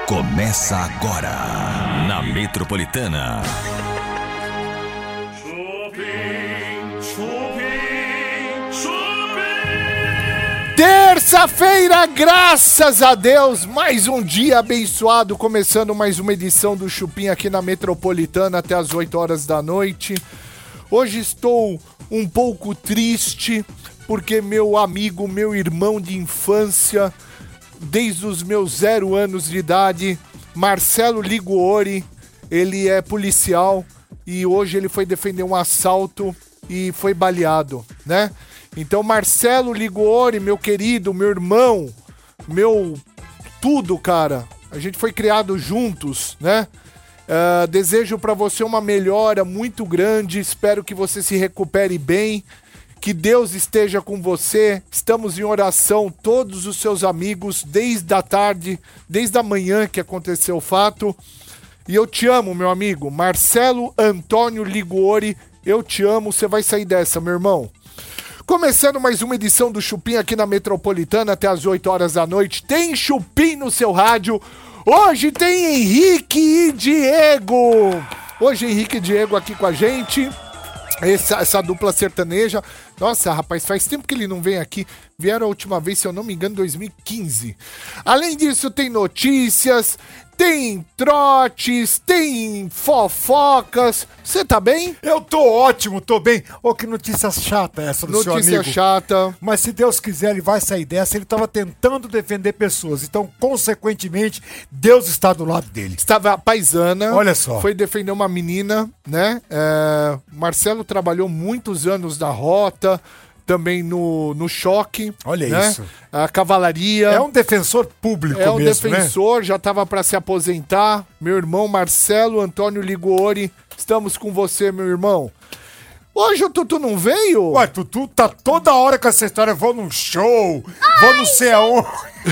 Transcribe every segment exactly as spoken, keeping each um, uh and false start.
Começa agora na Metropolitana. Chupim, chupim, chupim. Terça-feira, graças a Deus, mais um dia abençoado, começando mais uma edição do Chupim aqui na Metropolitana até as oito horas da noite. Hoje estou um pouco triste porque meu amigo, meu irmão de infância, desde os meus zero anos de idade, Marcelo Liguori, ele é policial e hoje ele foi defender um assalto e foi baleado, né? Então, Marcelo Liguori, meu querido, meu irmão, meu tudo, cara, a gente foi criado juntos, né? Uh, desejo pra você uma melhora muito grande, espero que você se recupere bem, que Deus esteja com você. Estamos em oração, todos os seus amigos, desde a tarde, desde a manhã que aconteceu o fato. E eu te amo, meu amigo. Marcelo Antônio Liguori, eu te amo. Você vai sair dessa, meu irmão. Começando mais uma edição do Chupim aqui na Metropolitana até as oito horas da noite. Tem Chupim no seu rádio. Hoje tem Henrique e Diego. Hoje Henrique e Diego aqui com a gente. Essa, essa dupla sertaneja. Nossa, rapaz, faz tempo que ele não vem aqui. Vieram a última vez, se eu não me engano, em dois mil e quinze. Além disso, tem notícias, tem trotes, tem fofocas. Você tá bem? Eu tô ótimo, tô bem. Ô, oh, que notícia chata essa do notícia seu amigo. Notícia chata. Mas se Deus quiser, ele vai sair dessa. Ele tava tentando defender pessoas. Então, consequentemente, Deus está do lado dele. Estava paisana. Olha só. Foi defender uma menina, né? É, Marcelo trabalhou muitos anos na Rota, também no, no Choque. Olha, né? isso. A Cavalaria. É um defensor público mesmo, É um mesmo, defensor, né? Já estava para se aposentar. Meu irmão Marcelo Antônio Liguori, estamos com você, meu irmão. Hoje o Tutu não veio? Ué, Tutu tá toda hora com essa história. Vou num show, Oi, vou não sei aonde.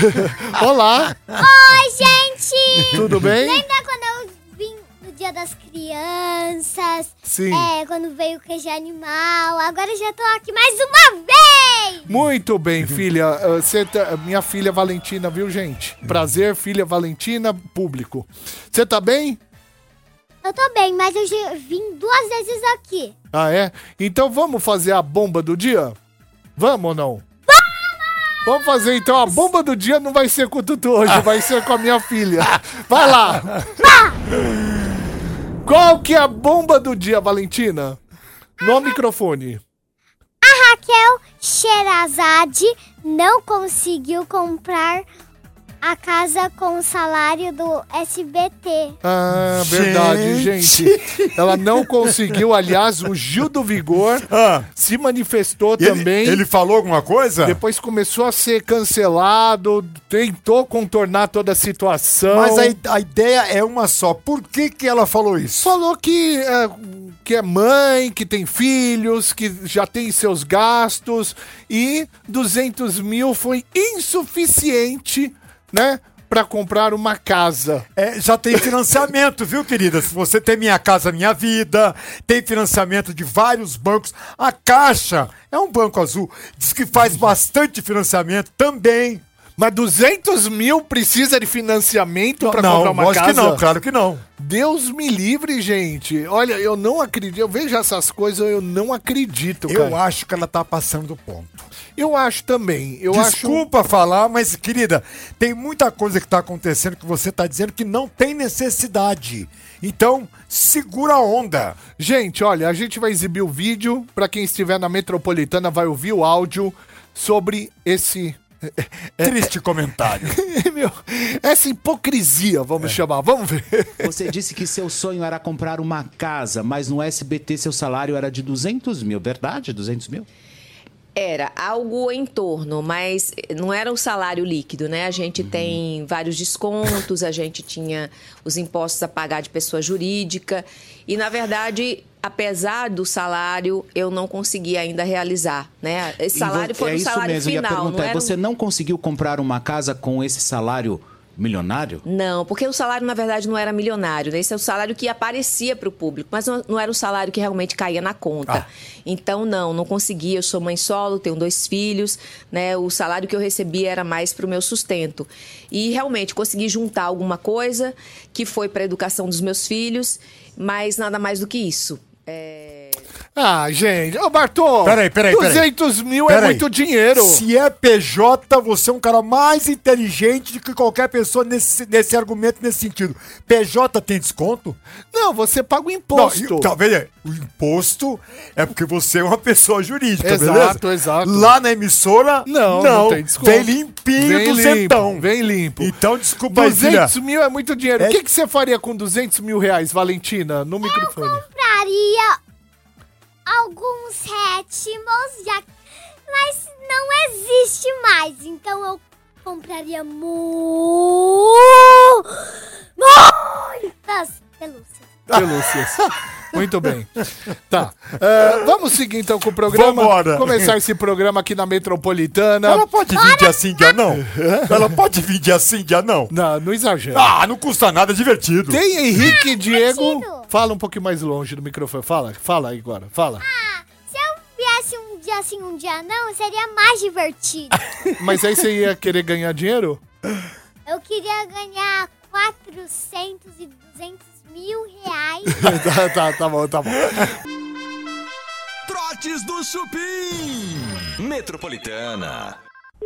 Olá. Oi, gente. Tudo bem? Lembra quando eu vim no Dia das Crianças? Sim. É, quando veio o queijo animal. Agora eu já tô aqui mais uma vez. Muito bem, filha. Você tá, minha filha Valentina, viu, gente? Prazer, filha Valentina, público. Você tá bem? Eu tô bem, mas eu já vim duas vezes aqui. Ah, é? Então vamos fazer a bomba do dia? Vamos ou não? Vamos! Vamos fazer então. A bomba do dia não vai ser com o Tutu hoje, vai ser com a minha filha. Vai lá! Qual que é a bomba do dia, Valentina? No microfone. A Raquel Sherazade não conseguiu comprar a casa com o salário do S B T. Ah, verdade, gente. gente. Ela não conseguiu, aliás, o Gil do Vigor ah. se manifestou ele, também. Ele falou alguma coisa? Depois começou a ser cancelado, tentou contornar toda a situação. Mas a, a ideia é uma só. Por que que ela falou isso? Falou que é, que é mãe, que tem filhos, que já tem seus gastos e duzentos mil foi insuficiente, né, para comprar uma casa. É, já tem financiamento, viu, querida? Se você tem Minha Casa Minha Vida, tem financiamento de vários bancos. A Caixa é um banco azul, diz que faz bastante financiamento também. Mas duzentos mil precisa de financiamento para comprar uma casa? Não, que não, claro que não. Deus me livre, gente. Olha, eu não acredito. Eu vejo essas coisas, eu não acredito, cara. Eu acho que ela tá passando do ponto. Eu acho também. Eu Desculpa acho... falar, mas, querida, tem muita coisa que tá acontecendo que você tá dizendo que não tem necessidade. Então, segura a onda. Gente, olha, a gente vai exibir o vídeo. Para quem estiver na Metropolitana vai ouvir o áudio sobre esse... Triste comentário. Meu, essa hipocrisia, vamos é. chamar. Vamos ver. Você disse que seu sonho era comprar uma casa, mas no S B T seu salário era de duzentos mil, verdade? duzentos mil? Era algo em torno, mas não era o salário líquido, né? A gente uhum. tem vários descontos, a gente tinha os impostos a pagar de pessoa jurídica e, na verdade, apesar do salário, eu não consegui ainda realizar, né? Esse salário foi o salário final. É isso mesmo, eu ia perguntar, não era... você não conseguiu comprar uma casa com esse salário milionário? Não, porque o salário, na verdade, não era milionário, né? Esse é o salário que aparecia para o público, mas não, não era o salário que realmente caía na conta. Ah. Então, não, não conseguia. Eu sou mãe solo, tenho dois filhos, né? O salário que eu recebia era mais para o meu sustento. E, realmente, consegui juntar alguma coisa que foi para a educação dos meus filhos, mas nada mais do que isso. É... Ah, gente. Ô, Bartô. Peraí, peraí, peraí. duzentos mil peraí. é muito dinheiro. Se é P J, você é um cara mais inteligente do que qualquer pessoa nesse, nesse argumento, nesse sentido. P J tem desconto? Não, você paga o imposto. Não, tá vendo? O imposto é porque você é uma pessoa jurídica, exato, beleza? Exato, exato. Lá na emissora, não, não, não tem desconto. Vem limpinho vem do limpo, centão. Vem limpo. Então, desculpa aí, duzentos mil é muito dinheiro. É... O que, que você faria com duzentos mil reais, Valentina, no microfone? Eu compraria alguns ritmos, já... mas não existe mais. Então eu compraria mu... muitas pelúcias. Pelúcias. Muito bem. Tá. Uh, vamos seguir então com o programa. Vambora. Começar esse programa aqui na Metropolitana. Ela pode vir de assim de anão? Ela pode vir de assim de anão? Não, não exagera. Ah, não custa nada, é divertido. Tem Henrique e Diego. divertido. Fala um pouquinho mais longe do microfone. Fala, fala aí agora. Fala. Ah, se eu viesse um dia assim, um dia não, seria mais divertido. Mas aí você ia querer ganhar dinheiro? Eu queria ganhar quatrocentos e duzentos mil reais. tá, tá, tá bom, tá bom. Trotes do Chupim. Metropolitana.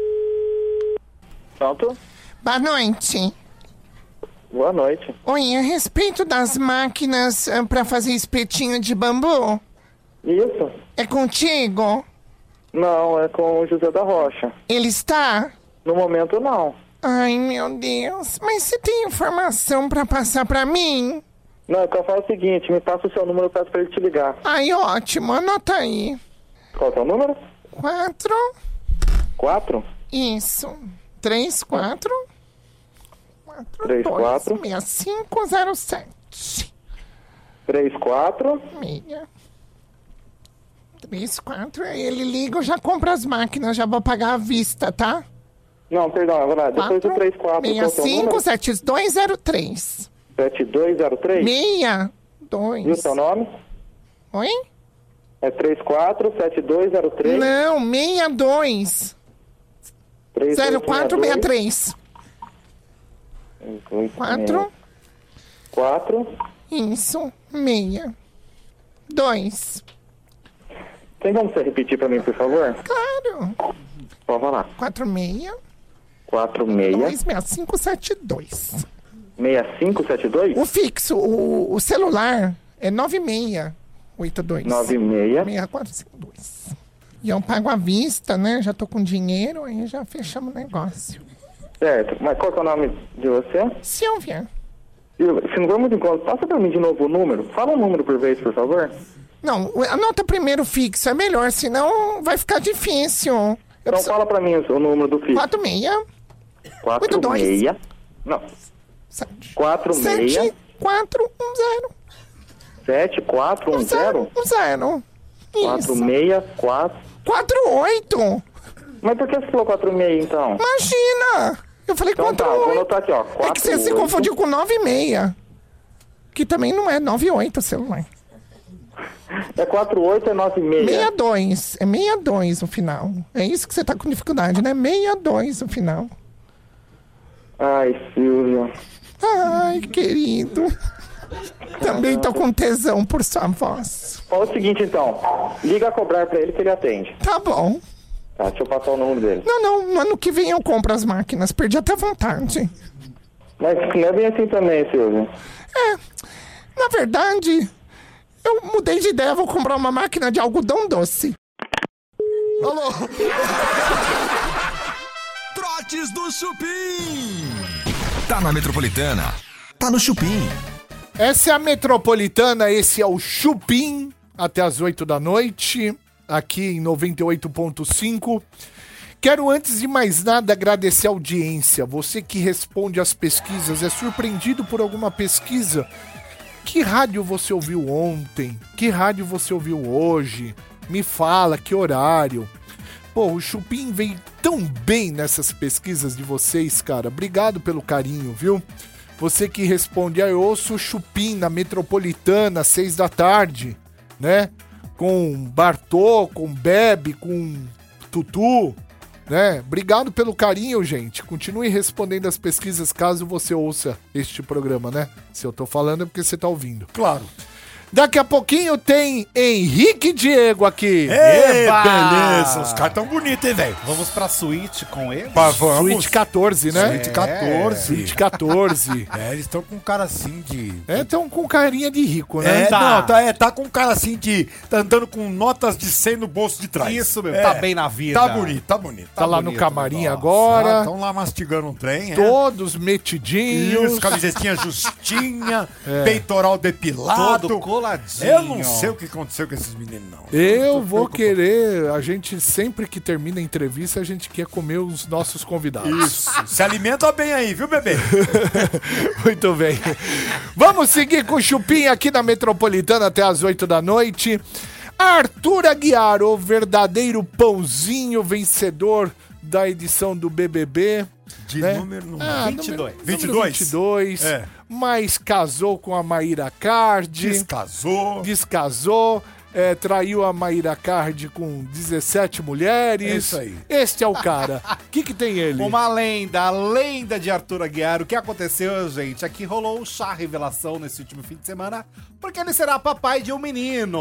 Pronto? Boa noite. Boa noite. Oi, a respeito das máquinas uh, para fazer espetinho de bambu, Isso? é contigo? Não, é com o José da Rocha. Ele está? No momento, não. Ai, meu Deus. Mas você tem informação para passar para mim? Não, eu falo o seguinte, me passa o seu número, eu peço pra ele te ligar. Ai, ótimo. Anota aí. Qual é o número? Quatro. Quatro? Isso. Três, quatro. Quatro, Três, dois, quatro. meia, cinco, zero, sete. Três, quatro. Meia. Três, quatro. Aí ele liga, eu já compro as máquinas, já vou pagar à vista, tá? Não, perdão, é verdade. Depois do três, quatro. meia, cinco, sete, dois, zero, três. sete dois zero três? Meia, dois. E o seu nome? Oi? É três quatro sete dois zero três? Não, meia, dois. zero quatro seis três. Quatro. Quatro. Isso, meia. Dois. Tem como você repetir pra mim, por favor? Claro. Pode falar. Quatro, meia. Quatro, meia. Dois, meia, cinco, sete, dois. Meia, cinco, sete, dois? O fixo, o, o celular é nove meia oito dois. Nove meia. Meia, quatro, cinco, dois. E eu pago à vista, né? Já tô com dinheiro, aí já fechamos o negócio. Certo, mas qual que é o nome de você? Silvia. Silvia, se não for muito encontro, passa pra mim de novo o número. Fala um número por vez, por favor. Não, anota primeiro o fixo, é melhor, senão vai ficar difícil. Eu então preciso... fala pra mim o, o número do fixo. Quatro meia. Quatro meia. Não. Sete. Quatro meia. Sete, quatro, um, zero. Sete, quatro, um, zero? Um zero. Quatro, meia, quatro. Quatro, oito. Mas por que você falou quatro meia, então? Imagina! Eu falei então quatro, tá, oito. vou anotar aqui, ó. Quatro, é que você se confundiu com nove meia. Que também não é nove oito o celular. É quatro oito, é nove meia. sessenta e dois. É sessenta e dois o final. É isso que você tá com dificuldade, né? sessenta e dois o final. Ai, Silvia. Ai, querido. Também tô com tesão por sua voz. Fala o seguinte, então. Liga a cobrar pra ele que ele atende. Tá bom. Tá, deixa eu passar o número dele. Não, não. No ano que vem eu compro as máquinas. Perdi até a vontade. Mas não é bem assim também, Silvia. É. Na verdade, eu mudei de ideia. Vou comprar uma máquina de algodão doce. Alô? Trotes do Chupim. Tá na Metropolitana. Tá no Chupim. Essa é a Metropolitana, esse é o Chupim, até as oito da noite, aqui em noventa e oito ponto cinco. Quero, antes de mais nada, agradecer a audiência. Você que responde às pesquisas, é surpreendido por alguma pesquisa? Que rádio você ouviu ontem? Que rádio você ouviu hoje? Me fala, que horário? Pô, o Chupim veio tão bem nessas pesquisas de vocês, cara. Obrigado pelo carinho, viu? Você que responde, ah, eu ouço o Chupim na Metropolitana, seis da tarde, né? Com Bartô, com Bebe, com Tutu, né? Obrigado pelo carinho, gente. Continue respondendo as pesquisas caso você ouça este programa, né? Se eu tô falando é porque você tá ouvindo. Claro. Daqui a pouquinho tem Henrique Diego aqui. Eba! Beleza, os caras tão bonitos, hein, velho? Vamos pra suíte com eles? Pá, vamos. Suíte catorze, né? Suíte catorze. Suíte catorze. É, eles estão com cara assim de... É, estão com carinha de rico, né? É, Tá. não, tá, é, tá com cara assim de... Tá andando com notas de cem no bolso de trás. Isso mesmo, É, tá bem na vida. Tá bonito, tá bonito. Tá, lá bonito, no camarim nossa. agora. Estão lá mastigando um trem, é. Todos metidinhos. Isso, camisetinha justinha, peitoral depilado. Todo coladinho. Eu não sei o que aconteceu com esses meninos, não. Eu vou querer, a gente sempre que termina a entrevista, a gente quer comer os nossos convidados. Isso. Se alimenta bem aí, viu, bebê? Muito bem. Vamos seguir com o Chupim aqui na Metropolitana até as oito da noite. Arthur Aguiar, o verdadeiro pãozinho vencedor da edição do B B B. De né? número, número Ah, vinte e dois. número- vinte e número dois? vinte e dois. É. Mas casou com a Maíra Cardi. Descasou. Descasou. É, traiu a Maíra Cardi com dezessete mulheres. É isso aí. Este é o cara. O que, que tem ele? Uma lenda, a lenda de Arthur Aguiar. O que aconteceu, gente? Aqui rolou um chá revelação nesse último fim de semana, porque ele será papai de um menino.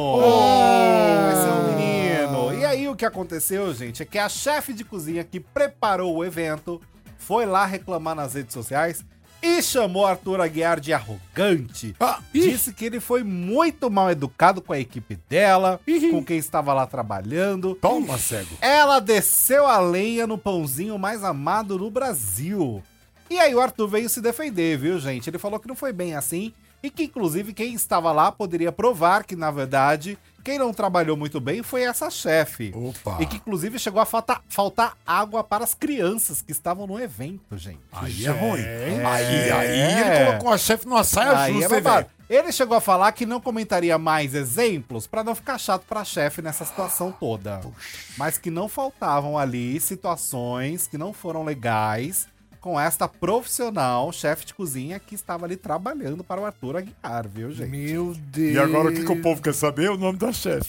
Vai ser um menino. E aí, o que aconteceu, gente, é que a chefe de cozinha que preparou o evento foi lá reclamar nas redes sociais e chamou Arthur Aguiar de arrogante. Ah, Disse que ele foi muito mal educado com a equipe dela, com quem estava lá trabalhando. Toma, cego. Ela desceu a lenha no pãozinho mais amado no Brasil. E aí o Arthur veio se defender, viu, gente? Ele falou que não foi bem assim e que, inclusive, quem estava lá poderia provar que, na verdade, quem não trabalhou muito bem foi essa chefe. Opa. E que, inclusive, chegou a faltar, faltar água para as crianças que estavam no evento, gente. Aí é ruim. É. Aí, aí ele colocou a chefe numa saia Aí é justa, hein, babado. velho? Ele chegou a falar que não comentaria mais exemplos pra não ficar chato pra chefe nessa situação toda. Mas que não faltavam ali situações que não foram legais com esta profissional chefe de cozinha que estava ali trabalhando para o Arthur Aguiar, viu, gente? Meu Deus. E agora o que, que o povo quer saber? O nome da chefe.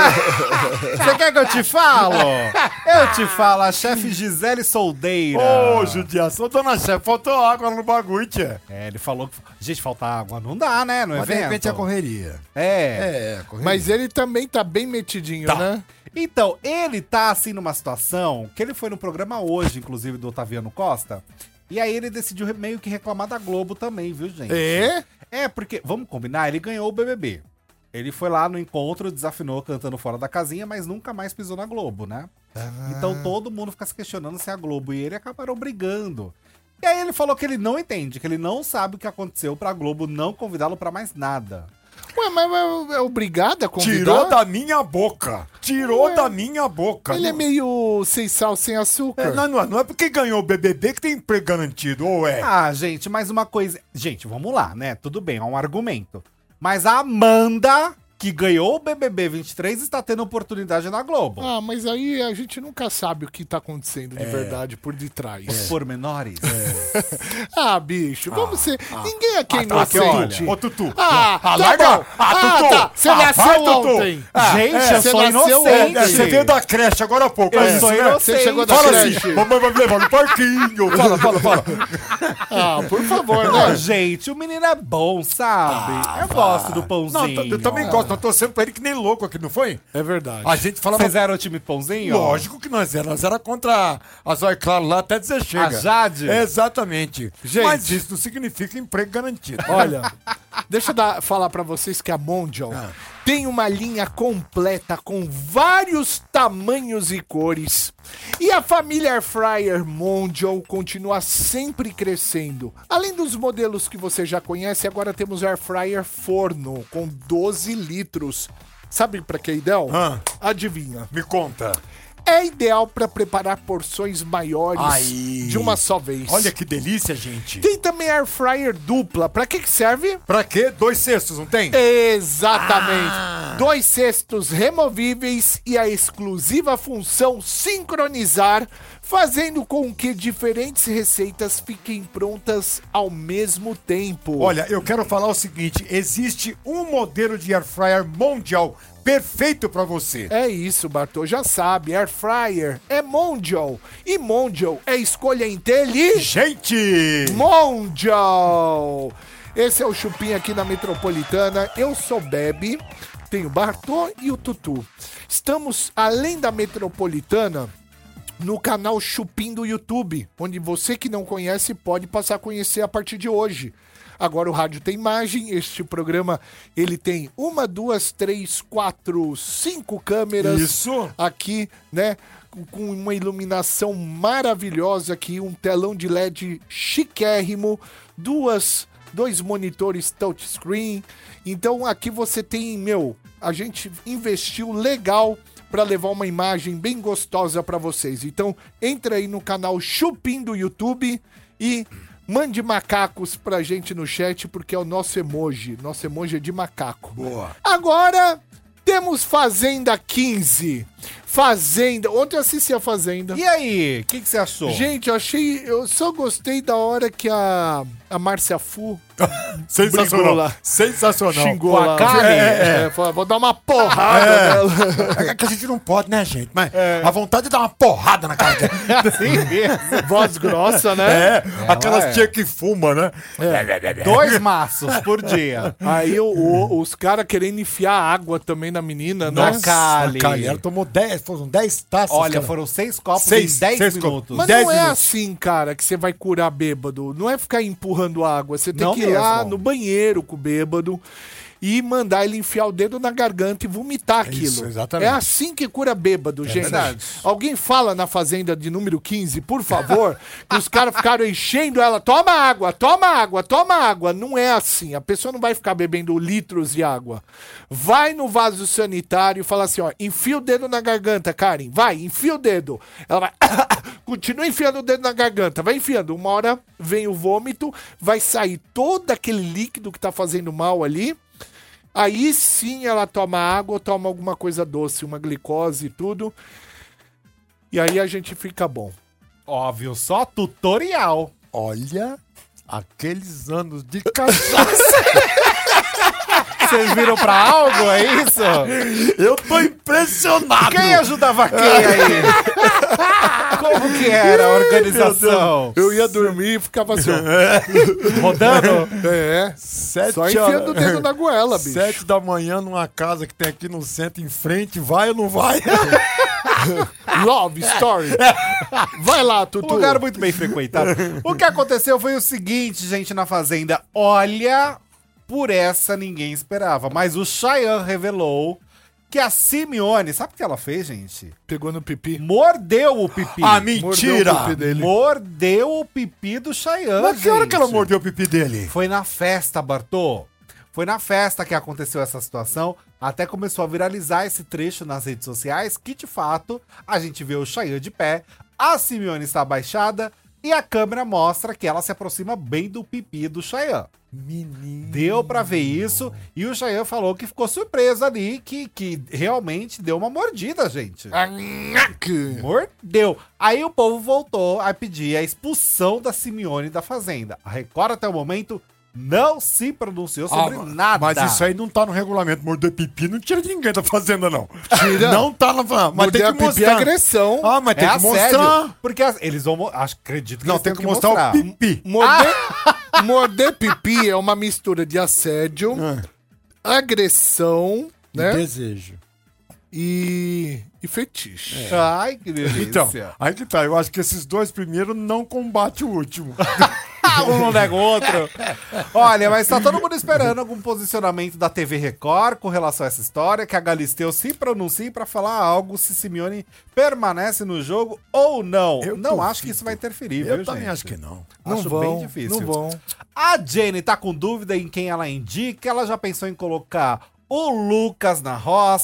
Você quer que eu te falo? Eu te falo, a chefe Gisele Soldeira. Ô, judiação, dona chefe, faltou água no bagulho, tia. É, ele falou que... Gente, falta água. Não dá, né, no Mas de evento. repente é correria. É. É, correria. Mas ele também tá bem metidinho, Tá. né? Então, ele tá assim numa situação que ele foi no programa hoje, inclusive, do Otaviano Costa. E aí ele decidiu re- meio que reclamar da Globo também, viu, gente? É? É, porque, vamos combinar, ele ganhou o B B B. Ele foi lá no encontro, desafinou cantando fora da casinha, mas nunca mais pisou na Globo, né? Então todo mundo fica se questionando se é a Globo e ele acabaram brigando. E aí ele falou que ele não entende, que ele não sabe o que aconteceu pra Globo não convidá-lo pra mais nada. Ué, mas é, é obrigado a convidar? Tirou da minha boca. Tirou Ué. da minha boca. Ele é meio sem sal, sem açúcar. É, não, não é- não é porque ganhou o B B B que tem emprego garantido, ou é? Ah, gente, mas uma coisa... Gente, vamos lá, né? Tudo bem, é um argumento. Mas a Amanda, que ganhou o B B B vinte e três, está tendo oportunidade na Globo. Ah, mas aí a gente nunca sabe o que tá acontecendo de verdade por detrás. Os pormenores. Ah, bicho, vamos ser... Ninguém aqui é Ah, tá, inocente. Ô, Tutu. Ah, Ah, tá larga. bom. Ah, Tutu. tá. Você Ah, nasceu vai, Tutu. ontem. Ah, Gente, é, eu você sou nasceu inocente. ontem. Você veio da creche agora há pouco. Eu é sou isso, né? inocente. Você chegou da Fala creche. assim, mamãe vai me levar no parquinho. Fala, fala, fala. Ah, por favor, Não, né? gente, o menino é bom, sabe? eu gosto do Não, pãozinho. eu também gosto. Nós torcemos pra ele que nem louco aqui, não foi? É verdade. A gente falava... Vocês eram o time pãozinho? Lógico que nós era. Nós era contra a Zóia Claro lá até dizer chega. A Jade? Exatamente. Gente. Mas isso não significa emprego garantido. Olha, deixa eu dar- falar pra vocês que a Mondial tem uma linha completa com vários tamanhos e cores. E a família Air Fryer Mondial continua sempre crescendo. Além dos modelos que você já conhece, agora temos Air Fryer Forno com doze litros. Sabe pra que ideal? Ah. Adivinha. Me conta. É ideal para preparar porções maiores Aí. de uma só vez. Olha que delícia, gente. Tem também air fryer dupla. Pra que que serve? Pra quê? Dois cestos, não tem? Exatamente. Ah. Dois cestos removíveis e a exclusiva função sincronizar, fazendo com que diferentes receitas fiquem prontas ao mesmo tempo. Olha, eu quero falar o seguinte, existe um modelo de air fryer mundial perfeito pra você. É isso, Bartô, já sabe, air fryer é Mondial. E Mondial é escolha inteligente. Gente! Mondial! Esse é o Chupim aqui na Metropolitana. Eu sou Bebe, tenho o Bartô e o Tutu. Estamos, além da Metropolitana, no canal Chupim do YouTube, onde você que não conhece pode passar a conhecer a partir de hoje. Agora o rádio tem imagem, este programa ele tem uma, duas, três, quatro, cinco câmeras. Isso. Aqui, né? Com uma iluminação maravilhosa aqui, um telão de L E D chiquérrimo, duas, dois monitores touchscreen. Então aqui você tem, meu, a gente investiu legal para levar uma imagem bem gostosa para vocês. Então entra aí no canal Chupim do YouTube e mande macacos pra gente no chat, porque é o nosso emoji. Nosso emoji é de macaco. Boa. Agora, temos Fazenda quinze. Fazenda. Ontem eu assisti a Fazenda. E aí, o que, que você achou? Gente, eu achei... Eu só gostei da hora que a, a Márcia Fu brigou Sensacional. lá. Sensacional. Xingou Com a lá. Kali? É, é, falou, vou dar uma porrada nela. É que a gente não pode, né, gente? Mas a vontade de dar uma porrada na cara dela. Sim mesmo. Voz grossa, né? É, aquelas é. tia que fuma, né? Dois maços por dia. Aí o- o- os caras querendo enfiar água também na menina, né? Nossa, Kali. Kali, ela tomou dez, foram dez taças. Olha, cara. foram seis copos Seis, em dez seis minutos. copos. Mas dez não é minutos. assim, cara, que você vai curar bêbado. Não é ficar empurrando água. Você tem Não que ir lá mesmo. no banheiro com o bêbado e mandar ele enfiar o dedo na garganta e vomitar aquilo. Isso, exatamente. É assim que cura bêbado, gente. verdade. Alguém fala na Fazenda de número quinze, por favor, que os caras ficaram enchendo ela. Toma água, toma água, toma água. Não é assim. A pessoa não vai ficar bebendo litros de água. Vai no vaso sanitário e fala assim, ó, enfia o dedo na garganta, Karen. Vai, enfia o dedo. Ela vai... Continua enfiando o dedo na garganta, vai enfiando. Uma hora vem o vômito, vai sair todo aquele líquido que tá fazendo mal ali. Aí sim ela toma água ou toma alguma coisa doce, uma glicose e tudo. E aí a gente fica bom. Óbvio, só tutorial. Olha aqueles anos de cachaça. Vocês viram pra algo, é isso? Eu tô impressionado. Quem ajudava quem aí? Como que era a organização? Eu ia dormir e ficava assim, ó. Rodando? É, Sete só enfiando o dedo na goela, bicho. Sete da manhã numa casa que tem aqui no centro, em frente, vai ou não vai? Love Story. Vai lá, Um Tutu. lugar muito bem frequentado. O que aconteceu foi o seguinte, gente, na Fazenda. Olha, por essa ninguém esperava. Mas o Chayanne revelou que a Simeone... Sabe o que ela fez, gente? Pegou no pipi. Mordeu o pipi. Ah, Mordeu mentira! o pipi dele. Mordeu o pipi do Chayanne, Mas que hora gente. que ela mordeu o pipi dele? Foi na festa, Bartô. Foi na festa que aconteceu essa situação. Até começou a viralizar esse trecho nas redes sociais, que de fato a gente vê o Chayanne de pé, a Simeone está abaixada e a câmera mostra que ela se aproxima bem do pipi do Chayanne. Menino. Deu pra ver isso e o Chayanne falou que ficou surpreso ali, que, que realmente deu uma mordida, gente. Mordeu. Aí o povo voltou a pedir a expulsão da Simeone da Fazenda. A Record até o momento não se pronunciou sobre Ah, nada. Mas isso aí não tá no regulamento. Morder pipi não tira de ninguém da fazenda, não. Tira. Não tá na fazenda. Mas Morder tem a que pipi é mostrar. agressão. Ah, mas tem é que assédio, mostrar. porque as- eles vão... mo- Acho, acredito que Não, eles tem tenham que mostrar o pipi. Morder, morder pipi é uma mistura de assédio, agressão, né? Desejo. E, e fetiche. Ai, que delícia. Então, aí que tá. Eu acho que esses dois primeiros não combatem o último. um não nega o outro. Olha, mas tá todo mundo esperando algum posicionamento da T V Record com relação a essa história, que a Galisteu se pronuncie pra falar algo se Simeone permanece no jogo ou não. Eu não duvido. acho que isso vai interferir, Eu viu, também gente? acho que não. Não Acho vão, bem difícil. não vão. A Jenny tá com dúvida em quem ela indica, ela já pensou em colocar o Lucas na roça,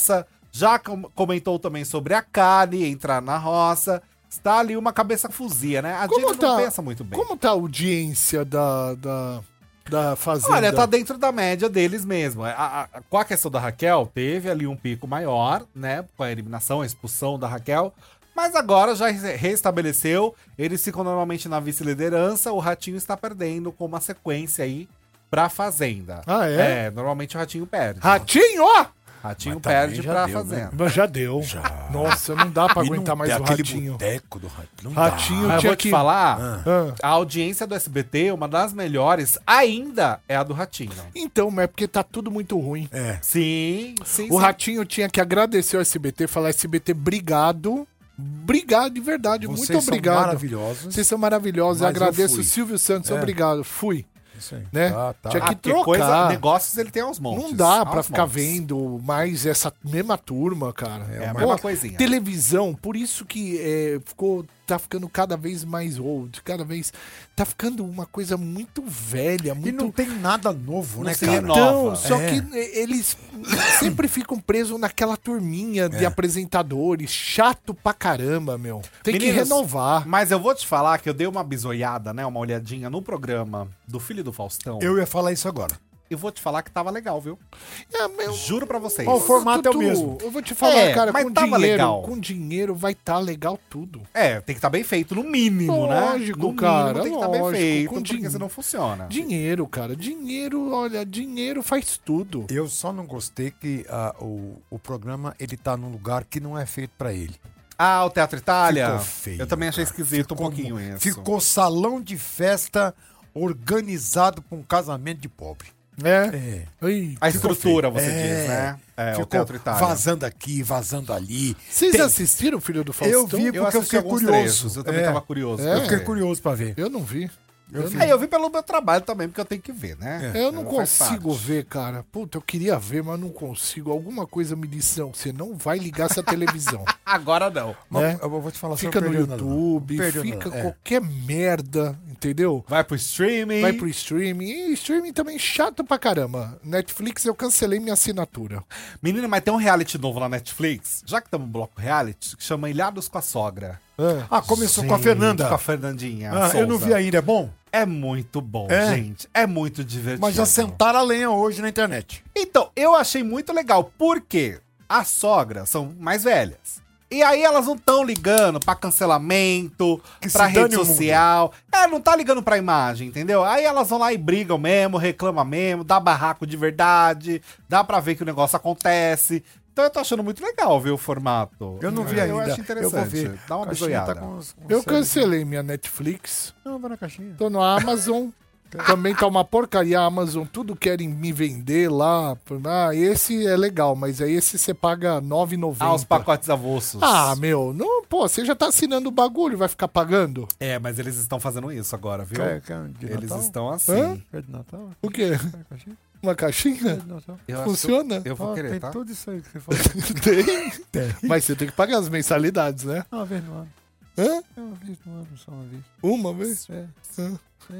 Já com- comentou também sobre a Kali entrar na roça. Está ali uma cabeça fuzia, né? A Como gente tá, não pensa muito bem. como tá a audiência da, da, da Fazenda? Olha, tá dentro da média deles mesmo. A, a, a- com a questão da Raquel, teve ali um pico maior, né? Com a eliminação, a expulsão da Raquel. Mas agora já re- restabeleceu. Eles ficam normalmente na vice-liderança. O Ratinho está perdendo com uma sequência aí pra Fazenda. Ah, é? É, normalmente o Ratinho perde. Ratinho, ó! Ratinho Mas também perde já pra deu, Fazenda. Mas já deu. Nossa, não dá pra E aguentar não mais tem o aquele Ratinho. boteco do Ratinho. Não Ratinho Mas eu tinha vou te que... falar, Ah. a audiência do S B T, uma das melhores, ainda é a do Ratinho. Então, mas é porque tá tudo muito ruim. dá. É. Sim, sim, O sim. Ratinho tinha que agradecer ao S B T, falar S B T, obrigado. Obrigado, de verdade, Vocês muito são obrigado. maravilhosos. Vocês são maravilhosos. Mas Agradeço eu o fui. Silvio Santos, É. obrigado. Fui. Isso aí. Né? Tá, tá. Tinha Ah, que porque trocar. coisa, negócios ele tem aos montes. Não dá aos pra ficar montes. vendo mais essa mesma turma, cara. É a Pô, mesma coisinha. Televisão, por isso que é, ficou, tá ficando cada vez mais old, cada vez tá ficando uma coisa muito velha, E muito... não tem nada novo, Não né, se cara? renova. Então, só É. que eh, eles sempre ficam presos naquela turminha de É. apresentadores, chato pra caramba, meu. Tem que Meninos, renovar. Mas eu vou te falar que eu dei uma bisoiada, né? Uma olhadinha no programa do Filho do Faustão. Eu ia falar isso agora. E vou te falar que tava legal, viu? É, meu, Juro pra vocês. Ó, o formato é o Tutu, mesmo. Eu vou te falar, É, cara, mas com tava dinheiro, legal. com dinheiro vai estar tá legal tudo. É, tem que estar bem feito, no mínimo, né? Lógico, No cara, mínimo tem que estar bem lógico, feito, com porque din- senão funciona. Dinheiro, cara, dinheiro, olha, dinheiro faz tudo. Eu só não gostei que ah, o, o programa ele tá num lugar que não é feito pra ele. Ah, o Teatro Itália? Ficou feio, Eu também achei cara. esquisito Ficou um pouquinho mu- isso. Ficou salão de festa organizado pra um casamento de pobre. É. É. Ei, A Ficou estrutura, feio. você É. diz, né? É, o Ficou Teatro Itália. vazando aqui, vazando ali. Vocês Tem- assistiram o Filho do Faustão? Eu vi Eu porque eu assisti fiquei alguns curioso. trechos, eu também É. tava curioso. É. Eu fiquei curioso pra ver. Eu não vi. Eu Eu vi. É, eu vi pelo meu trabalho também, porque eu tenho que ver, né? Eu não Faz consigo parte. ver, cara. Puta, eu queria ver, mas não consigo. Alguma coisa me disse, não, você não vai ligar essa televisão. Agora não. Mas né? eu vou te falar, você Fica não no perdeu nada, não. YouTube, Não perdeu fica nada, é. qualquer merda, entendeu? Vai pro streaming. Vai pro streaming. E streaming também chato pra caramba. Netflix eu cancelei minha assinatura. Menino, mas tem um reality novo na Netflix, já que estamos no bloco reality, que chama Ilhados com a Sogra. Ah, começou com a Fernanda. Com a Fernandinha. Ah, eu não Souza. vi ainda, é bom? É muito bom, É? gente. É muito divertido. Mas já sentaram a lenha hoje na internet. Então, eu achei muito legal, porque as sogras são mais velhas. E aí elas não estão ligando pra cancelamento, Que pra se dane rede o mundo. social. É, não tá ligando pra imagem, entendeu? Aí elas vão lá e brigam mesmo, reclamam mesmo, dá barraco de verdade, dá pra ver que o negócio acontece. Então eu tô achando muito legal ver o formato. Eu não vi eu ainda. acho interessante. Eu vou ver. Dá uma Caixinha bisoiada. tá com os- com Eu séries. cancelei minha Netflix. Não, vai na caixinha. Tô no Amazon. Também tá uma porcaria a Amazon. Tudo querem me vender lá. Ah, esse é legal, mas aí esse você paga nove reais e noventa Ah, os centavos. pacotes avulsos. Ah, meu, não, pô, você já tá assinando o bagulho, vai ficar pagando? É, mas eles estão fazendo isso agora, viu? Quer, quer um de Eles Natal? estão assim. Hã? Quer de Natal? O quê? Quer caixinha? Uma caixinha? Quer de Natal? Eu acho que Funciona? Eu, eu vou Ó, querer, tem tá? tudo isso aí que você falou. Tem. Tem. Mas você tem que pagar as mensalidades, né? Uma vez no ano. Hã? É uma vez no ano, só uma vez. Uma vez? É. Hã?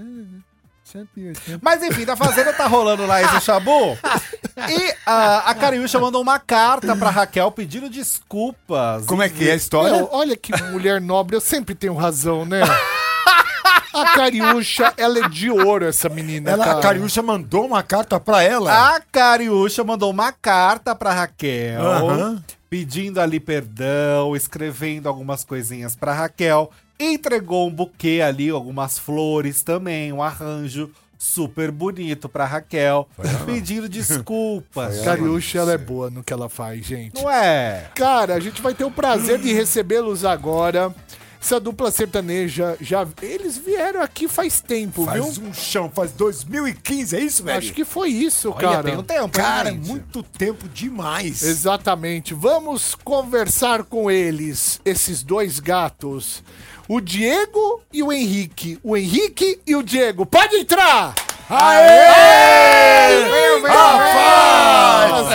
É, cento e oitenta. Mas enfim, da Fazenda tá rolando lá esse chabu. E a, a Cariúcha mandou uma carta pra Raquel pedindo desculpas. Como é que é a história? Meu, olha que mulher nobre, eu sempre tenho razão, né? A Cariúcha, ela é de ouro, essa menina, Ela, cara. a Cariúcha mandou uma carta pra ela. A Cariúcha mandou uma carta pra Raquel, Aham. pedindo ali perdão, escrevendo algumas coisinhas pra Raquel. Entregou um buquê ali, algumas flores também, um arranjo super bonito pra Raquel, pedindo desculpas. Cariúcha, ela é boa no que ela faz, gente. Não é? Cara, a gente vai ter o prazer de recebê-los agora. Essa dupla sertaneja, já eles vieram aqui faz tempo, Faz viu? um chão, faz dois mil e quinze, é isso, velho? Acho que foi isso, Olha, cara. tem um tempo, hein, Cara, gente? muito tempo demais. Exatamente. Vamos conversar com eles, esses dois gatos. O Diego e o Henrique. O Henrique e o Diego. Pode entrar! Aê! Rapaz! Gosto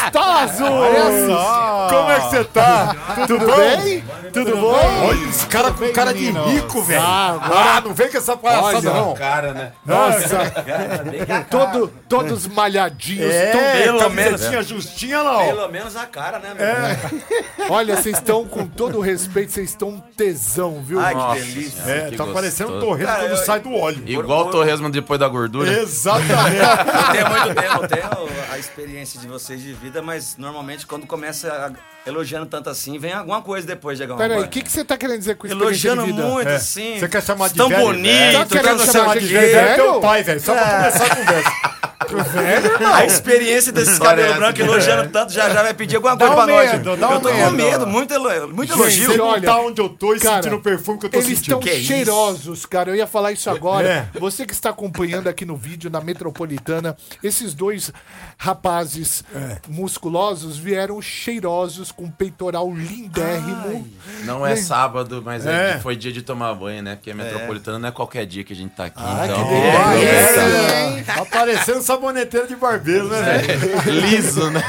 gostoso! Olha só! Como é que você tá? Tudo, Tudo bom? bem? Tudo bom? Olha esse cara com cara de menino? rico, velho. Ah, agora- Ah, não vem com essa palhaçada, Olha, não. Cara, né? Nossa, todo, todos malhadinhos. É, Pelo camisetinha menos. justinha lá, ó. Pelo menos a cara, né, meu? Olha, vocês estão, com todo o respeito, vocês estão um tesão, viu? Ai, Nossa que delícia. Senhora, É, que tá parecendo um gostoso. torresmo Cara, quando eu- sai do óleo. Igual o torresmo depois da gordura. Exatamente. Eu tenho muito tempo, eu tenho a experiência de vocês de vida, mas normalmente quando começa a- elogiando tanto assim, vem alguma coisa depois, Diegão. Peraí, o Agora. que, que você tá querendo dizer com experiência Elogiando de vida? muito, É. assim. Você quer chamar de tão velho? bonito, Tá querendo tão chamar chamar de de velho? jeito. É teu pai, velho. Só pra começar a conversa. A experiência desses Parece, cabelos brancos né? elogiando tanto, já já vai pedir alguma Dá coisa um pra nós. medo, dá um eu tô com medo. medo, muito, elo... muito elogio. Você não olha, tá onde eu tô e cara, sentindo o perfume que eu tô Eles sentindo. estão Que isso? cheirosos, cara. Eu ia falar isso agora. É. Você que está acompanhando aqui no vídeo, na Metropolitana, esses dois rapazes É. musculosos vieram cheirosos, com peitoral lindérrimo. Não é sábado, mas É. é- foi dia de tomar banho, né? Porque Metropolitana não é qualquer dia que a gente tá aqui. Ai, então, que delícia, é, hein? Tá parecendo saboneteiro de barbeiro, né, velho? liso, né?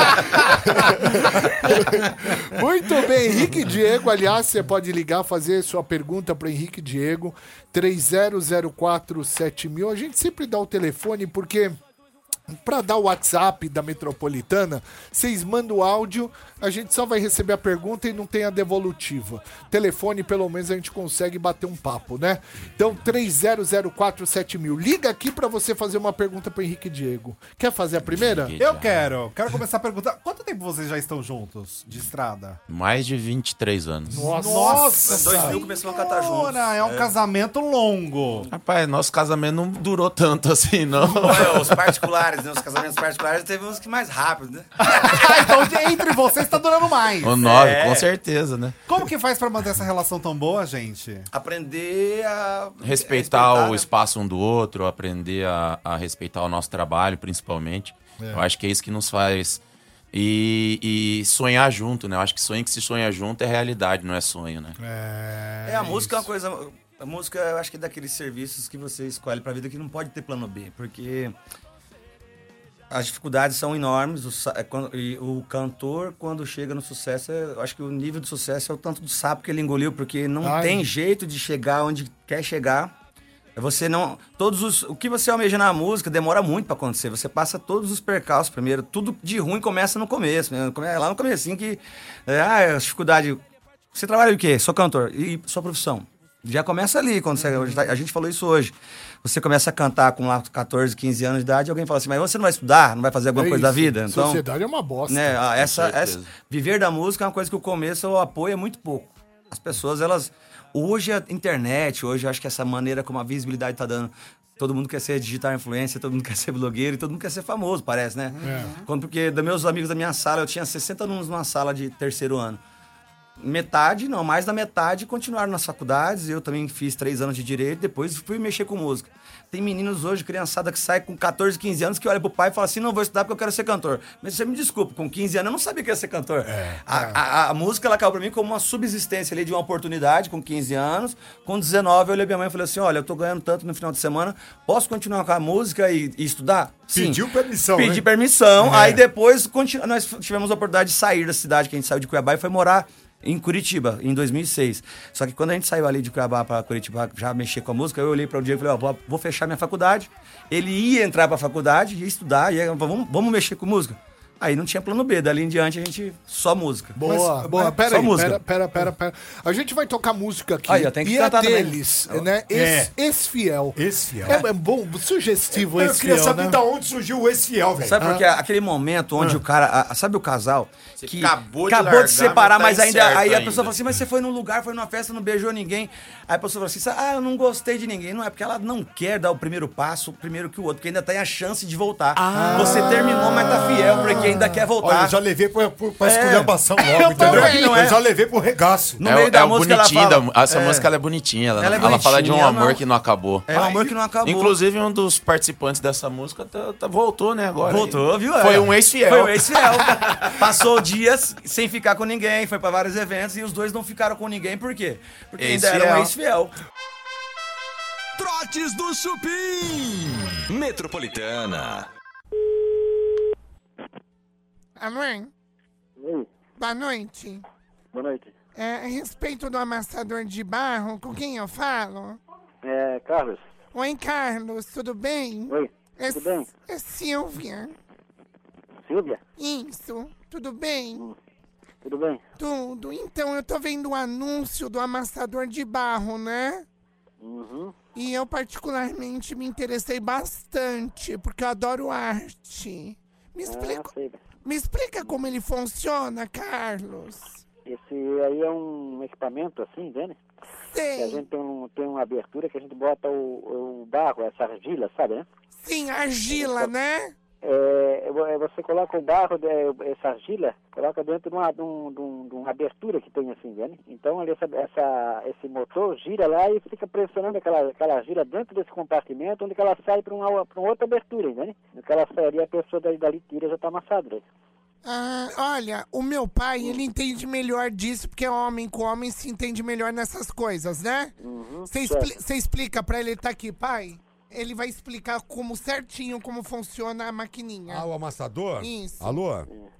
Muito bem, Henrique e Diego. Aliás, você pode ligar, fazer sua pergunta para Henrique e Diego, três zero zero quatro sete mil. A gente sempre dá o telefone porque, para dar o WhatsApp da Metropolitana, vocês mandam o áudio, a gente só vai receber a pergunta e não tem a devolutiva. Telefone, pelo menos, a gente consegue bater um papo, né? Então, três zero zero quatro sete mil. Liga aqui para você fazer uma pergunta para Henrique e Diego. Quer fazer a primeira? Eu quero. Quero começar a perguntar. Quanto tempo vocês já estão juntos de estrada? Mais de vinte e três anos. Nossa, dois mil começamos a cantar juntos. Ora, é um casamento longo. Rapaz, nosso casamento não durou tanto assim, não. É, os particulares, né? Os casamentos particulares teve uns que mais rápido, né? Ah, então entre vocês tá durando mais. O nove, É. com certeza, né? Como que faz pra manter essa relação tão boa, gente? Aprender a... Respeitar o né? espaço um do outro, aprender a, a respeitar o nosso trabalho, principalmente. Eu acho que é isso que nos faz. E, e sonhar junto, né? Eu acho que sonho que se sonha junto é realidade, não é sonho, né? É, a música é uma coisa... A música, eu acho que é daqueles serviços que você escolhe pra vida que não pode ter plano B, porque... As dificuldades são enormes, o, sa- é quando- e o cantor, quando chega no sucesso, é- eu acho que o nível de sucesso é o tanto do sapo que ele engoliu, porque não Ai. tem jeito de chegar onde quer chegar. É Você não. Todos os. O que você almeja na música demora muito pra acontecer. Você passa todos os percalços primeiro. Tudo de ruim começa no começo. Né? Come- Lá no comecinho que. É, ah, a dificuldade. Você trabalha o quê? Sou cantor. E sua profissão? Já começa ali, quando você, a gente falou isso hoje. Você começa a cantar com lá catorze, quinze anos de idade, alguém fala assim, mas você não vai estudar? Não vai fazer alguma É coisa da isso. vida? Então, Sociedade é uma bosta. né, ah, essa, certeza. essa- viver da música é uma coisa que o começo, o apoio é muito pouco. As pessoas, elas... Hoje a internet, hoje eu acho que essa maneira como a visibilidade tá dando... Todo mundo quer ser digital influencer, todo mundo quer ser blogueiro e todo mundo quer ser famoso, parece, né? Quando, porque dos meus amigos da minha sala, eu tinha sessenta alunos numa sala de terceiro ano. Metade, não, mais da metade continuaram nas faculdades. Eu também fiz três anos de direito, depois fui mexer com música. Tem meninos hoje, criançada que sai com catorze, quinze anos, que olha pro pai e fala assim, não vou estudar porque eu quero ser cantor. Mas você me desculpa, com quinze anos eu não sabia que ia ser cantor. a, a- a música, ela caiu pra mim como uma subsistência ali de uma oportunidade com quinze anos. Com dezenove, eu olhei pra minha mãe e falei assim, olha, eu tô ganhando tanto no final de semana, posso continuar com a música e, e estudar? Sim. Pediu permissão, Pedi né? permissão, É. aí depois continu... nós tivemos a oportunidade de sair da cidade, que a gente saiu de Cuiabá e foi morar em Curitiba, em dois mil e seis. Só que quando a gente saiu ali de Cuiabá para Curitiba, já mexer com a música, eu olhei para o Diego e falei, ó, vou, vou fechar minha faculdade. Ele ia entrar para a faculdade, ia estudar, ia, vamos, vamos mexer com música. Aí não tinha plano B, dali em diante a gente só música. Boa, Mas- boa. mas Pera só aí, música. pera, pera, pera, pera. A gente vai tocar música aqui. Aí, ó, tem que e cantar é também. deles, né? É. Ex- Ex-fiel. Ex-fiel. É, é bom, sugestivo Eu ex-fiel, queria saber né? da onde surgiu o ex-fiel, velho. Sabe porque aquele momento onde o cara, a- sabe o casal que acabou de acabou largar, de separar, mas mas tá ainda incerto aí a ainda. pessoa fala assim, mas você foi num lugar, foi numa festa, não beijou ninguém. Aí a pessoa fala assim, ah, eu não gostei de ninguém. Não é porque ela não quer dar o primeiro passo, primeiro que o outro, porque ainda tem a chance de voltar. Você terminou, mas tá fiel, porque ainda quer voltar. Olha, eu já levei pra, pra, pra É. esculhambação logo, Eu entendeu? também, não é? Eu já levei pro regaço. No é, meio o- da é o música ela bonitinho fala- da, essa é. música ela é bonitinha. Ela, Ela é ela fala de um bonitinha, amor não. que não acabou. É um amor que não acabou. Inclusive, um dos participantes dessa música tá- tá- voltou, né, agora. Voltou, viu? Foi É. um ex-fiel. Foi um ex-fiel. Passou dias sem ficar com ninguém, foi pra vários eventos e os dois não ficaram com ninguém, por quê? Porque ainda Ex-fiel. era um ex-fiel. Trotes do Chupim. Metropolitana. Alô? Oi, Boa noite. boa noite. É, a respeito do amassador de barro, com quem eu falo? É, Carlos. Oi, Carlos, tudo bem? Oi, É, tudo bem? É Silvia. Silvia? Isso, tudo bem? Tudo bem? Tudo. Então, eu tô vendo o anúncio do amassador de barro, né? Uhum. E eu particularmente me interessei bastante, porque eu adoro arte. Me explica, Ah, sei. me explica como ele funciona, Carlos. Esse aí é um equipamento assim, entende? Que a Sei. gente tem, um, tem uma abertura que a gente bota o, o barro, essa argila, sabe, né? Sim, argila, né? É, é, você coloca o barro, é, essa argila, coloca dentro de uma, de, um, de, um, de uma abertura que tem assim, né? Então ali essa, essa, esse motor gira lá e fica pressionando aquela, aquela argila dentro desse compartimento, onde que ela sai para uma, pra uma outra abertura, né? No que ela sai ali, a pessoa dali, dali tira, já está amassado, né? Ah, olha, o meu pai, ele entende melhor disso, porque homem com homem se entende melhor nessas coisas, né? Você certo. expli você explica pra ele, ele tá aqui, pai? Ele vai explicar como certinho como funciona a maquininha. Ah, o amassador? Isso. Alô?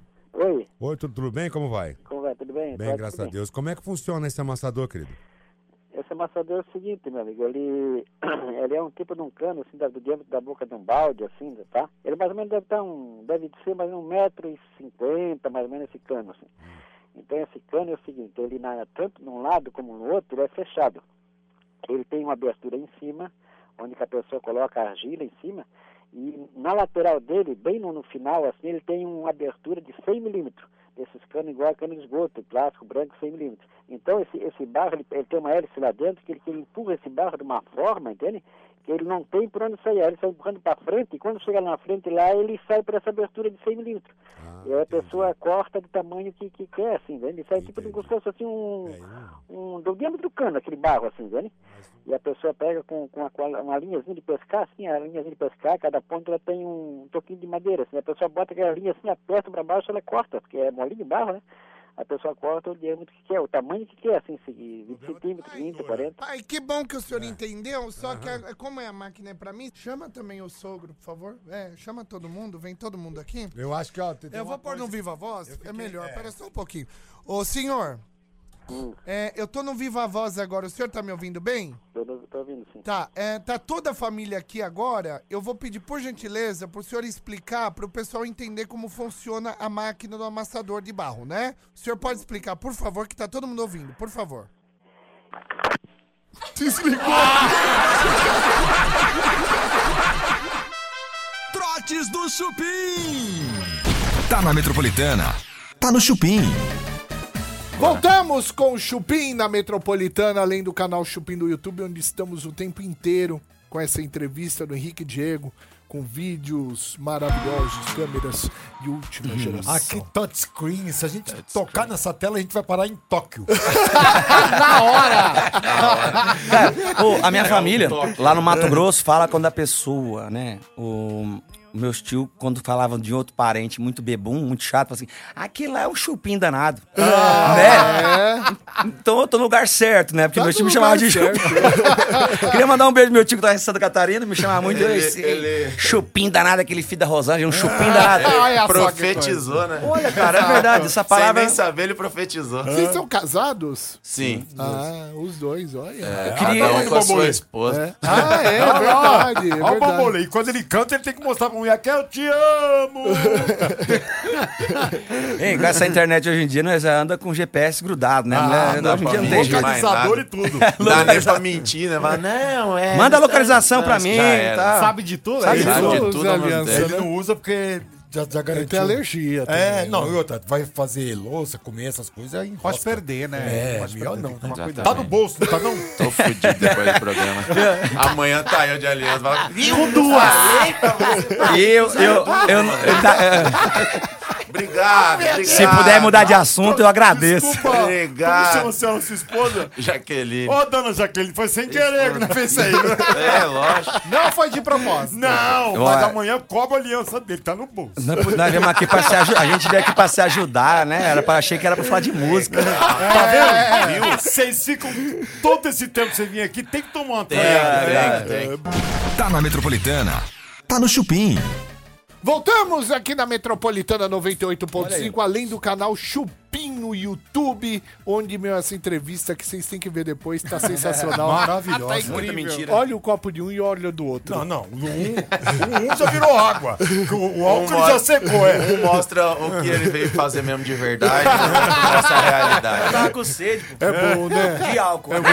Oi, Oi, tudo, tudo bem? Como vai? como vai? Tudo bem? Bem, Tá, graças tudo a Deus. Como é que funciona esse amassador, querido? Esse amassador é o seguinte, meu amigo, ele, ele é um tipo de um cano, assim, da- do diâmetro da boca de um balde, assim, tá? Ele mais ou menos deve estar um, deve ser mais ou menos um metro e cinquenta, mais ou menos esse cano, assim. Então esse cano é o seguinte, ele na, tanto num lado como no outro, ele é fechado. Ele tem uma abertura em cima, onde que a pessoa coloca a argila em cima, e na lateral dele, bem no, no final, assim, ele tem uma abertura de cem milímetros. Esses canos igual a cano de esgoto, plástico branco, cem milímetros. Então, esse, esse barro, ele, ele tem uma hélice lá dentro, que ele, que ele empurra esse barro de uma forma, entende? Que ele não tem por onde sair. Ele sai empurrando para frente, e quando chega lá na frente, lá, ele sai por essa abertura de cem milímetros. E aí a pessoa corta do tamanho que, que quer, assim, entende? Ele sai tipo de como se fosse, assim, um... um do diâmetro do cano, aquele barro, assim, entende? E a pessoa pega com, com, a, com a- uma linhazinha de pescar, assim, a linhazinha de pescar, cada ponto ela tem um toquinho de madeira, assim, a pessoa bota aquela linha assim, aperta para baixo, ela corta, porque é molinho de barro, né? A pessoa corta o diâmetro que quer, o tamanho que quer, assim, se- vinte centímetros, vinte, quarenta. Pai, que bom que o senhor entendeu, só que a- como é a máquina é pra mim, chama também o sogro, por favor. É, chama todo mundo, vem todo mundo aqui. Eu acho que, ó... tem- tem Eu vou uma pôr coisa- no Viva Voz, fiquei- é melhor, é. pera só um pouquinho. Ô, senhor, é, eu tô no Viva Voz agora, o senhor tá me ouvindo bem? Tô, tô ouvindo, sim. Tá, é, tá toda a família aqui agora. Eu vou pedir, por gentileza, pro senhor explicar pro pessoal entender como funciona a máquina do amassador de barro, né? O senhor pode explicar, por favor, que tá todo mundo ouvindo, por favor. Desligou! Trotes do Chupim. Tá na Metropolitana. Tá no Chupim. Voltamos com o Chupim na Metropolitana, além do canal Chupim do YouTube, onde estamos o tempo inteiro com essa entrevista do Henrique Diego, com vídeos maravilhosos, câmeras de última geração. Aqui, touchscreen. Se a gente tocar nessa tela, a gente vai parar em Tóquio. Na hora! Cara, ô, a minha família, lá no Mato Grosso, fala quando a pessoa, né? O, meus tios, quando falavam de outro parente muito bebum, muito chato, assim, aquilo lá é um chupim danado. Ah, né? Então eu tô no lugar certo, né? Porque Tá meu tio no me chamava lugar de certo. chupim. Queria mandar um beijo pro meu tio que tá em Santa Catarina, me chamava muito Ele- esse ele- chupim danado, aquele filho da Rosângela, um chupim danado. Olha só que Profetizou, né? Olha, cara, é verdade, essa palavra... Sem nem saber, ele profetizou. Vocês são casados? Sim. Ah, os dois, olha. É, queria- cada um com a sua Bambolê. esposa. Ah, é, é verdade. É Olha o verdade. bambolê. E quando ele canta, ele tem que mostrar pra mulher que eu te amo. Hein, com essa internet hoje em dia, nós anda com G P S grudado, né? Ah, Né? dá Hoje em pra dia não mim. tem jeito. Localizador e tudo. Dá nem pra mentir, né? Fala, não, é. Manda a localização pra Não, mim, já era. tá? Sabe de tudo? Sabe é de isso? Sabe de Os tudo ao mesmo alianças, tempo. Ele não usa porque já, já Ele garantiu. tem alergia É, também, não, né? e outra, vai fazer louça, comer essas coisas, aí enrosca. Pode perder, né? É, Pode melhor perder, não. tem que tomar Exatamente. cuidado. Tá no bolso, não tá não? Tô fudido depois do programa. Amanhã tá eu de aliança. Fala, Com duas! Eu, eu, eu, eu tá, é, Obrigado, obrigado. se puder mudar de assunto, eu agradeço. Desculpa, Obrigado. como chama a senhora, sua esposa? Jaqueline. Ô, dona Jaqueline, foi sem querer que não fez isso aí. né? É, lógico. Não foi de propósito. Não, Olha. mas amanhã cobra a aliança dele, tá no bolso. Nós, nós viemos aqui pra se ajudar. A gente veio aqui pra se ajudar, né? Era pra, achei que era pra falar de música. Tá vendo? Viu? Vocês ficam todo esse tempo que você vinha aqui, tem que tomar uma Tem, toalha. tem, tem. Tá na Metropolitana. Tá no Chupim. Voltamos aqui na Metropolitana noventa e oito ponto cinco, além do canal Chupim no YouTube, onde, meu, essa entrevista que vocês têm que ver depois, tá sensacional. Maravilhosa. Tá incrível. Muita mentira. Olha o copo de um e olha do outro. Não, não. O um, um já virou água. O, o álcool Um já secou, é. Um mostra o que ele veio fazer mesmo de verdade, o outro mostra a realidade. Eu tava com sede, pô. É bom, né? De álcool. É,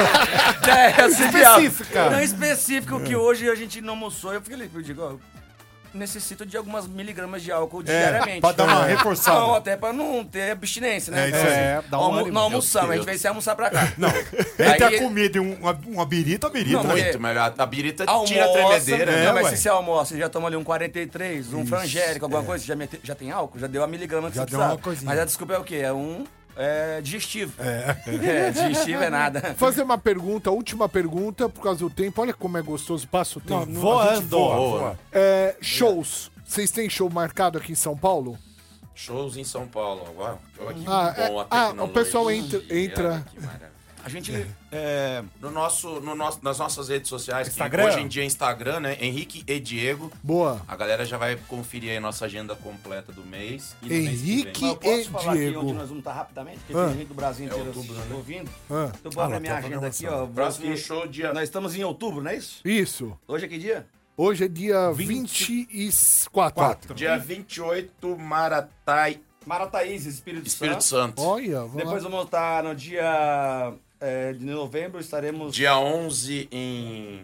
é assim, de álcool. Específica. Não, específico, que hoje a gente não almoçou. Eu fiquei, eu digo, ó, necessito de algumas miligramas de álcool diariamente. pra dar uma É. reforçada. Não, até pra não ter abstinência, né? É, isso Então, aí. assim, dá um almo- ânimo. não almoçamos, Meu a gente veio sem almoçar pra cá. Não. Entre a comida e um- uma, uma birita, a birita. Não, né? porque- Muito melhor. A birita Almoça, tira a tremedeira. É, não, mas ué. se você almoça, você já toma ali um quarenta e três, um frangélico, alguma coisa, você já, mete- já tem álcool, já deu a miligrama que Já você deu precisava. uma coisinha. Mas a desculpa é o quê? É um é, digestivo. É. digestivo é nada. Fazer uma pergunta, última pergunta, por causa do tempo. Olha como é gostoso, passa o tempo. Voando. Voa, voa. É, shows. Vocês têm show marcado aqui em São Paulo? Shows em São Paulo agora. Olha que Ah, é- bom a ah, o tecnologia. pessoal entra- entra- Que maravilha. A gente. É, No nosso, no nosso, nas nossas redes sociais, que Instagram? hoje em dia é Instagram, né? Henrique e Diego. Boa. A galera já vai conferir aí a nossa agenda completa do mês. E no mês que Henrique vem. eu posso e falar aqui Diego. onde nós vamos estar rapidamente, porque Ah. tem gente do Brasil inteiro outubro, né? ouvindo. Ah. Então bota Ah, na lá, minha tem a agenda aqui, ó. programação. Próximo porque show, dia... Nós estamos em outubro, não é isso? Isso. Hoje é que dia? Hoje é dia vinte e quatro. Dia vinte e oito, Maratai, Marataízes, Espírito, Espírito Santo. Santo. Olha, vamos Depois lá. vamos estar no dia é, de novembro, estaremos. Dia onze em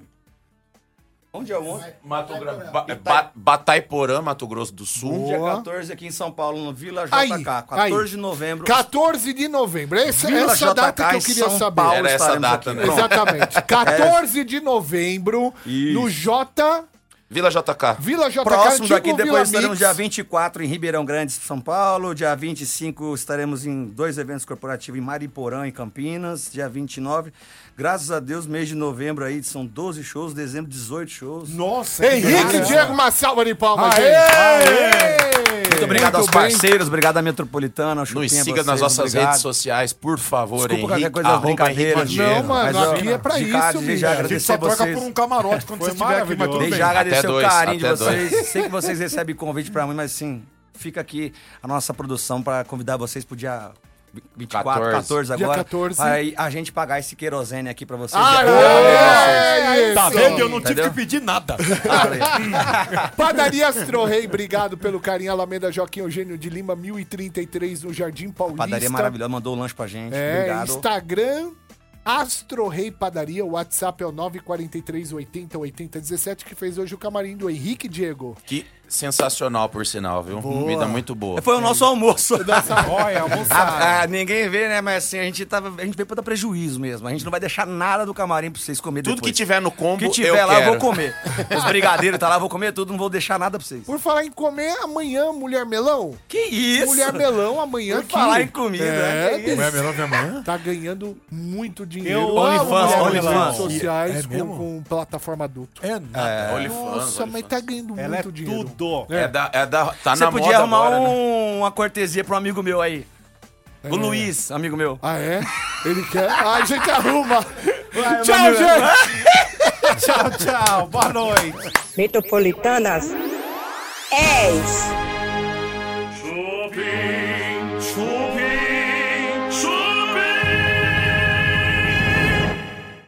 Onde é o onze? Mato Grosso. Ba ba Bataiporã, Mato Grosso do Sul. Dia Boa. quatorze aqui em São Paulo, no Vila Aí, J K. quatorze aí. de novembro. quatorze de novembro. Essa, Vila essa data J K que eu em queria São saber. Paulo Era essa estaremos data, aqui. né? Pronto. Exatamente. quatorze de novembro, no J... Vila J K. Vila J K, Próximo antigo daqui, Vila depois estaremos Mix. dia vinte e quatro em Ribeirão Grande, São Paulo. Dia vinte e cinco estaremos em dois eventos corporativos em Mariporã, em Campinas. Dia vinte e nove. Graças a Deus, mês de novembro aí são doze shows, dezembro dezoito shows. Nossa, Henrique e Diego, uma salva de palmas, Aê! gente. Aê! Muito obrigado Muito aos bem. parceiros, obrigado à Metropolitana, ao Nos Chupinha, siga vocês, nas nossas obrigado. redes sociais, por favor. Desculpa qualquer Henrique, coisa das arroba brincadeiras. Henrique Diego. Não, mano, Mas, ó, aqui é pra de isso, cara, desde menino. já A gente agradecer só troca vocês. por um camarote quando Foi você estiver aqui, mas tudo Desde bem. já agradecer Até o dois, carinho de até vocês. Sei que vocês recebem convite pra mim, mas sim, fica aqui a nossa produção pra convidar vocês pro dia vinte e quatro, quatorze. quatorze Dia agora. quatorze. Aí a gente pagar esse querosene aqui pra vocês. Ah, Dia- é, é, Tá isso. vendo? Eu não tive Entendeu? que pedir nada. Padaria Astro Rei, obrigado pelo carinho. Alameda Joaquim Eugênio de Lima, mil e trinta e três, no Jardim Paulista. Padaria maravilhosa, mandou o lanche pra gente. É, Obrigado. Instagram, Astro Rei Padaria, o WhatsApp é o nove quatro três, oitenta, oitenta, dezessete, que fez hoje o camarim do Henrique Diego. Que sensacional, por sinal, viu? Comida muito boa. Foi o nosso almoço. Olha, almoçar. Ah, ah, ninguém vê, né? Mas assim, a gente, tava, a gente veio pra dar prejuízo mesmo. A gente não vai deixar nada do camarim pra vocês comer Tudo depois. que tiver no combo, que tiver eu lá, quero. eu vou comer. Os brigadeiros tá lá, eu vou comer tudo, não vou deixar nada pra vocês. Por falar em comer, amanhã, Mulher Melão. Que isso? Mulher Melão, amanhã Por aqui. falar em comida, é, né? Que isso? Não é melhor que amanhã? Tá ganhando muito dinheiro. Eu Mulher amo Melão OnlyFans, nas redes OnlyFans. sociais É com, mesmo? com plataforma adulto. É nada. OnlyFans, Nossa, mas OnlyFans. tá ganhando Ela é muito dinheiro. tudo. É da, é da, tá Você na podia moda arrumar agora, né? um- uma cortesia pra um amigo meu aí. O Luiz, amigo meu. Ah, é? Ele quer. Ah, a gente arruma. Vai, Tchau, meu amigo. gente. Tchau, tchau. Boa noite. Metropolitanas dez.